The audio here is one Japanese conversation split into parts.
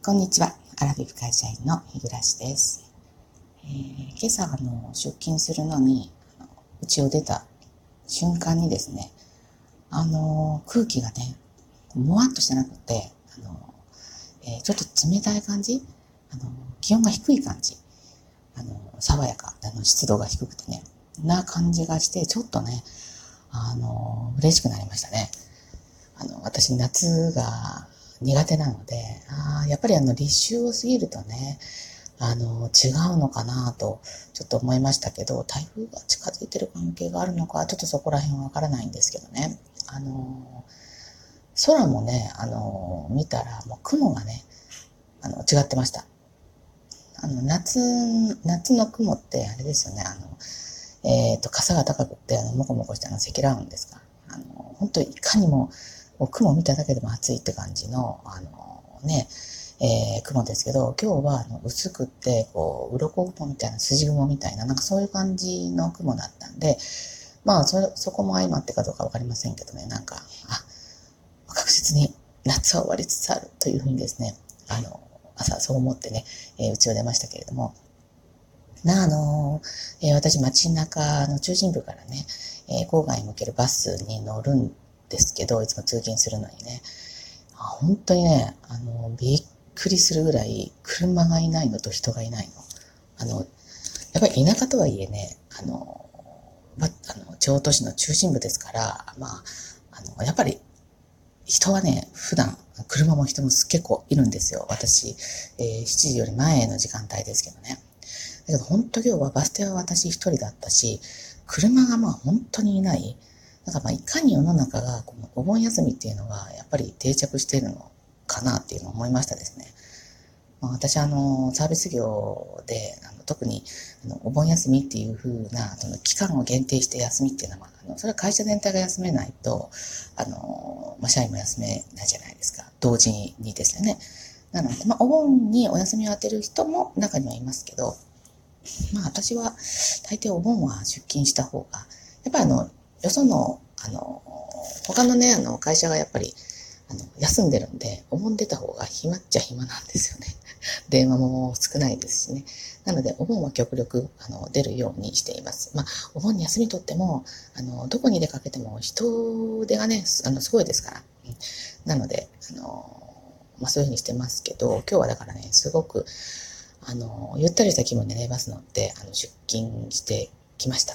こんにちは。アラフィフ会社員の日暮です。今朝出勤するのに家を出た瞬間にですね、空気がね、もわっとしてなくて、ちょっと冷たい感じ、気温が低い感じ、爽やか、湿度が低くてね、な感じがして、ちょっとね、嬉しくなりましたね。私夏が苦手なので、やっぱり立秋を過ぎるとね、違うのかなと、ちょっと思いましたけど、台風が近づいてる関係があるのか、ちょっとそこら辺はわからないんですけどね。空もね、見たら、もう雲がね、違ってました。夏の雲ってあれですよね、傘が高くって、もこもこした積乱雲ですか。本当いかにも、雲を見ただけでも暑いって感じの、雲ですけど、今日は薄くって、鱗雲みたいな、筋雲みたいな、なんかそういう感じの雲だったんで、そこも相まってかどうかわかりませんけどね、確実に夏は終わりつつあるというふうにですね、朝そう思ってね、家を出ましたけれども、私街中の中心部からね、郊外に向けるバスに乗るんですけど、いつも通勤するのにね、本当にね、びっくりするぐらい車がいないのと人がいないの。やっぱり田舎とはいえね、地方都市の中心部ですから、やっぱり人はね、普段、車も人も結構いるんですよ。私、7時より前の時間帯ですけどね。だけど本当今日はバス停は私一人だったし、車が本当にいない。いかに世の中がこのお盆休みっていうのがやっぱり定着しているのかなっていうのを思いましたですね。私サービス業で特にお盆休みっていう風なその期間を限定して休みっていうのはそれは会社全体が休めないと社員も休めないじゃないですか。同時にですよね。なのでお盆にお休みを当てる人も中にはいますけど、私は大抵お盆は出勤した方がやっぱりよその他のね会社がやっぱり休んでるんで、お盆出た方が暇っちゃ暇なんですよね。電話も少ないですしね。なので、お盆は極力、出るようにしています。お盆に休み取っても、どこに出かけても人手がね、すごいですから。なので、そういうふうにしてますけど、今日はだからね、すごく、ゆったりした気分でね、バス乗って、出勤してきました。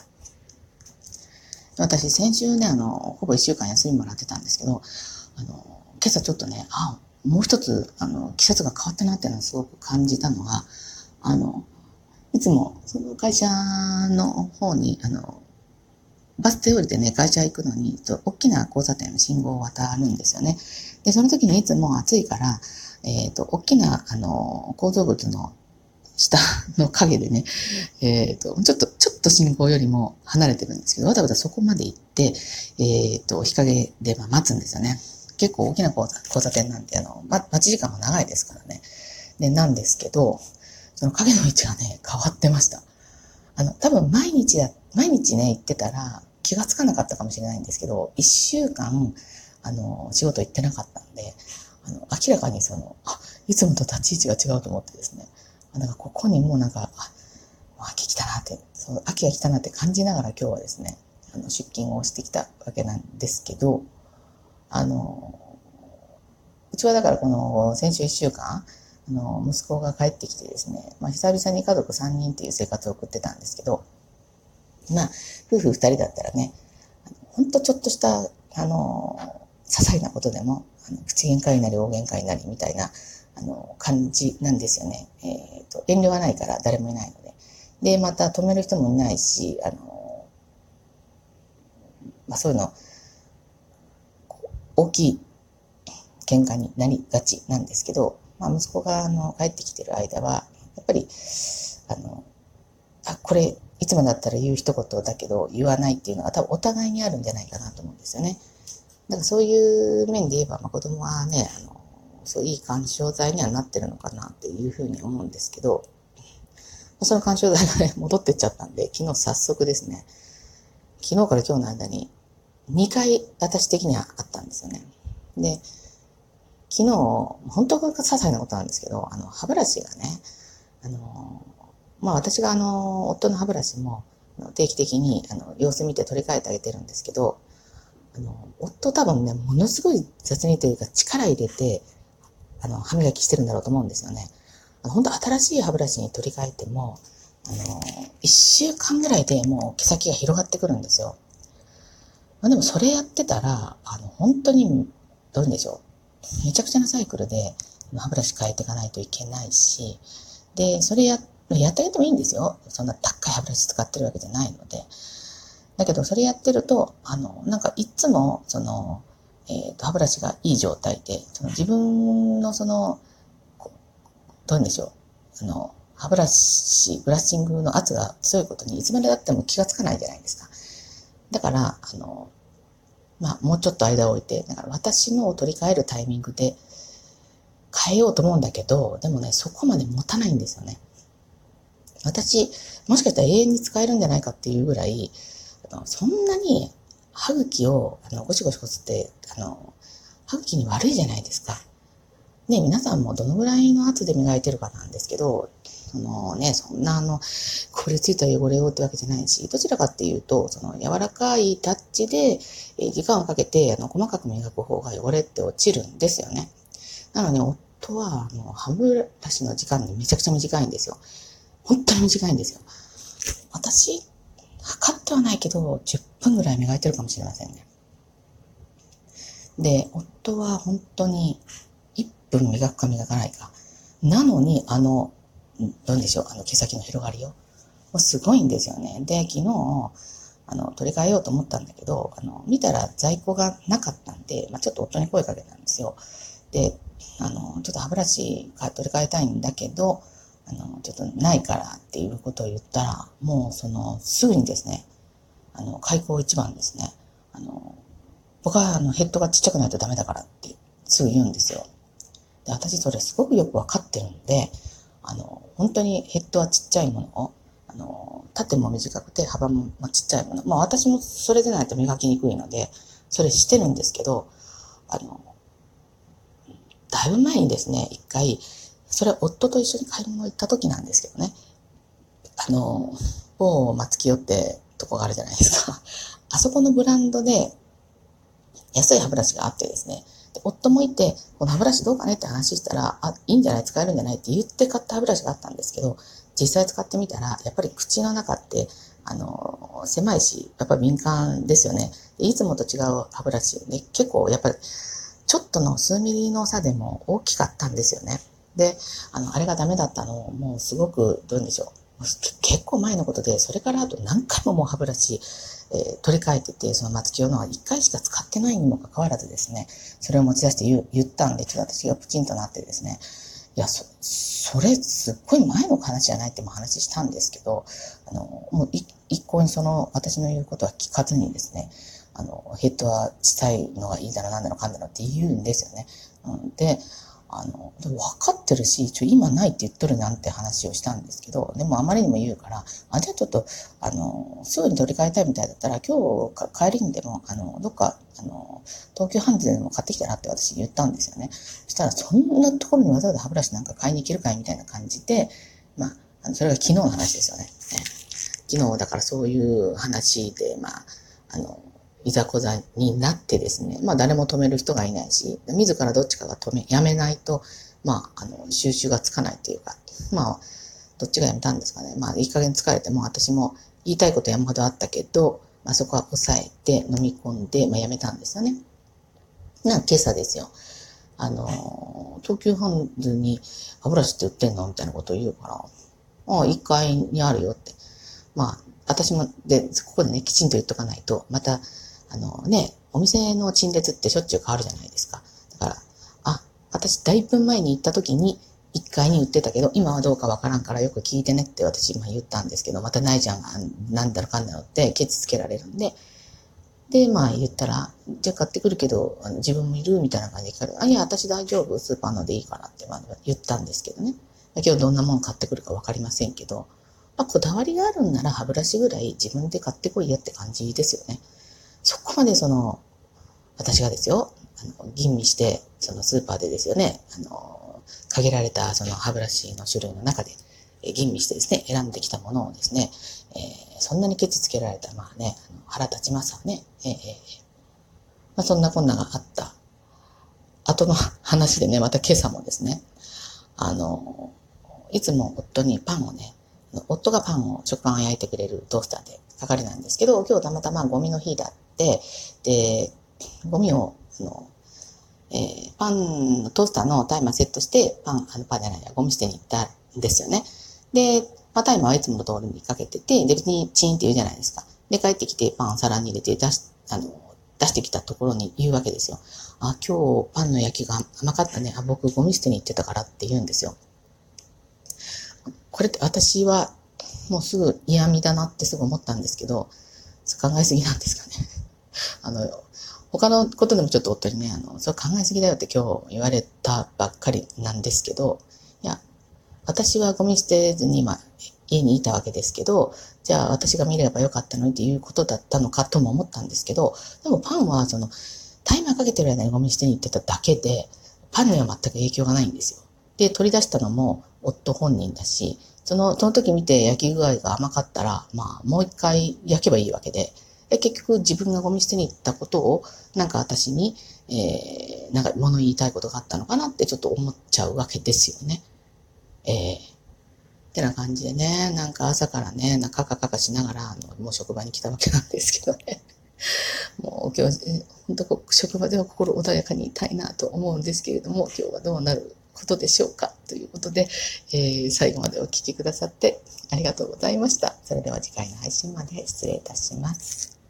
私、先週ね、ほぼ1週間休みもらってたんですけど、今朝ちょっとね、もう一つ、季節が変わったなっていうのをすごく感じたのが、いつも、その会社の方に、バス停降りてね、会社行くのに、大きな交差点の信号を渡るんですよね。で、その時にいつも暑いから、大きな、構造物の下の影でね、ちょっと信号よりも離れてるんですけど、わざわざそこまで行って、日陰で待つんですよね。結構大きな交差点なんで、待ち時間も長いですからね。で、なんですけど、その影の位置がね、変わってました。多分毎日ね、行ってたら気がつかなかったかもしれないんですけど、一週間、仕事行ってなかったんで、明らかにいつもと立ち位置が違うと思ってですね、ここにもう秋来たなって、秋が来たなって感じながら今日はですね、出勤をしてきたわけなんですけど、うちはだからこの先週1週間、息子が帰ってきてですね、久々に家族3人っていう生活を送ってたんですけど、夫婦2人だったらね、ほんとちょっとした、些細なことでも、口喧嘩になり大喧嘩になりみたいな、感じなんですよね。遠慮がないから誰もいないので。で、また止める人もいないし、そういうの、大きい喧嘩になりがちなんですけど、息子が帰ってきてる間は、やっぱり、これ、いつもだったら言う一言だけど言わないっていうのは多分お互いにあるんじゃないかなと思うんですよね。だからそういう面で言えば、子供はね、いい干渉剤にはなってるのかなっていうふうに思うんですけど、その干渉剤がね、戻ってっちゃったんで、昨日早速ですね、昨日から今日の間に2回私的にはあったんですよね。で、 昨日、本当が些細なことなんですけど、歯ブラシがね、私が夫の歯ブラシも定期的に様子見て取り替えてあげてるんですけど、夫多分ね、ものすごい雑にというか力入れて、歯磨きしてるんだろうと思うんですよね。本当新しい歯ブラシに取り替えても、1週間ぐらいでもう毛先が広がってくるんですよ。でもそれやってたら、本当に、どういうんでしょう。めちゃくちゃなサイクルで歯ブラシ変えていかないといけないし、で、それやってあげてもいいんですよ。そんな高い歯ブラシ使ってるわけじゃないので。だけど、それやってると、なんかいつも、歯ブラシがいい状態で、自分のどういうんでしょう。歯ブラシ、ブラッシングの圧が強いことにいつまでだっても気がつかないじゃないですか。だから、もうちょっと間を置いて、だから私のを取り替えるタイミングで変えようと思うんだけど、でもね、そこまで持たないんですよね。私、もしかしたら永遠に使えるんじゃないかっていうぐらい、そんなに歯茎をゴシゴシこすって、歯茎に悪いじゃないですか。ね、皆さんもどのぐらいの圧で磨いてるかなんですけど、そんなこれついた汚れをってわけじゃないし、どちらかっていうと、柔らかいタッチで、時間をかけて、細かく磨く方が汚れって落ちるんですよね。なのに、夫は、歯ブラシの時間めちゃくちゃ短いんですよ。本当に短いんですよ。私、測ってはないけど、10分ぐらい磨いてるかもしれませんね。で、夫は本当に1分磨くか磨かないか。なのに、どうでしょう、毛先の広がりよ。もうすごいんですよね。で、昨日、取り替えようと思ったんだけど、見たら在庫がなかったんで、ちょっと夫に声かけたんですよ。で、ちょっと歯ブラシ取り替えたいんだけど、ちょっとないからっていうことを言ったら、もうすぐにですね、開口一番ですね、僕はヘッドがちっちゃくないとダメだからってすぐ言うんですよ。で、私それすごくよくわかってるんで、本当にヘッドはちっちゃいものを、縦も短くて幅もちっちゃいもの。私もそれでないと磨きにくいので、それしてるんですけど、だいぶ前にですね、一回、それ夫と一緒に買い物行った時なんですけどね、某松清ってとこがあるじゃないですか。あそこのブランドで安い歯ブラシがあってですね、で夫もいて、この歯ブラシどうかねって話したら、いいんじゃない使えるんじゃないって言って買った歯ブラシがあったんですけど、実際使ってみたら、やっぱり口の中って、狭いし、やっぱり敏感ですよね。いつもと違う歯ブラシで、結構やっぱり、ちょっとの数ミリの差でも大きかったんですよね。で、あれがダメだったのを、もうすごく、どういうんでしょう。結構前のことで、それからあと何回ももう歯ブラシ、取り替えてて、その松清のは1回しか使ってないにもかかわらずですね、それを持ち出して言ったんで、ちょっと私がプチンとなってですね、いや、それすっごい前の話じゃないっても話したんですけど、もう一向に私の言うことは聞かずにですね、ヘッドは小さいのがいいだろなんだろかんだろって言うんですよね。で、分かってるし、今ないって言っとるなんて話をしたんですけど、でもあまりにも言うから、じゃあちょっと、すぐに取り替えたいみたいだったら、今日帰りにでも、どっか、東急ハンズでも買ってきたらって私言ったんですよね。そしたら、そんなところにわざわざ歯ブラシなんか買いに行けるかいみたいな感じで、それが昨日の話ですよね。昨日、だからそういう話で、いざこざになってですね、誰も止める人がいないし、自らどっちかがやめないと、収拾がつかないっていうか、どっちがやめたんですかね。いい加減疲れても私も言いたいこと山ほどあったけど、そこは抑えて飲み込んで、やめたんですよね。今朝ですよ。東急ハンズに歯ブラシって売ってんのみたいなことを言うから、1階にあるよって。私も、ここでね、きちんと言っとかないと、また、お店の陳列ってしょっちゅう変わるじゃないですか。だから、私だいぶ前に行った時に1階に売ってたけど、今はどうかわからんからよく聞いてねって私今言ったんですけど、またないじゃん、なんだろかんだろってケチつけられるんで、で、言ったら、じゃあ買ってくるけど、自分もいるみたいな感じで聞かれる。いや、私大丈夫、スーパーのでいいからって言ったんですけどね。今日どんなもん買ってくるかわかりませんけど、こだわりがあるんなら歯ブラシぐらい自分で買ってこいやって感じですよね。そこまで私がですよ、 吟味して、そのスーパーでですよね、限られたその歯ブラシの種類の中で、吟味してですね、選んできたものをですね、そんなにケチつけられたら、まあね、腹立ちますわね。まあ、そんなこんながあった後の話でね、また今朝もですね、いつも夫にパンをね、夫が食パンを焼いてくれるトースターで係なんですけど、今日たまたまゴミの日だって、で、ゴミを、パンのトースターのタイマーセットして、パンじゃないや、ゴミ捨てに行ったんですよね。で、まあ、タイマーはいつもの通りにかけてて、で、別にチーンって言うじゃないですか。で、帰ってきてパンを皿に入れて出してきたところに言うわけですよ。あ、今日パンの焼きが甘かったね。あ、僕ゴミ捨てに行ってたからって言うんですよ。これって私はもうすぐ嫌味だなってすぐ思ったんですけど、考えすぎなんですかね。他のことでもちょっと夫にね、そう考えすぎだよって今日言われたばっかりなんですけど、いや、私はゴミ捨てずに今家にいたわけですけど、じゃあ私が見ればよかったのにっていうことだったのかとも思ったんですけど、でもパンはタイマーかけてる間にゴミ捨てに行ってただけで、パンには全く影響がないんですよ。で、取り出したのも夫本人だし、その時見て焼き具合が甘かったら、まあもう一回焼けばいいわけで、結局自分がゴミ捨てに行ったことを、なんか私に、なんか物言いたいことがあったのかなってちょっと思っちゃうわけですよね。ってな感じでね、なんか朝からね、カカカカしながら、もう職場に来たわけなんですけどね。もう今日、本当職場では心穏やかにいたいなと思うんですけれども、今日はどうなることでしょうかということで、最後までお聞きくださってありがとうございました。それでは次回の配信まで失礼いたします。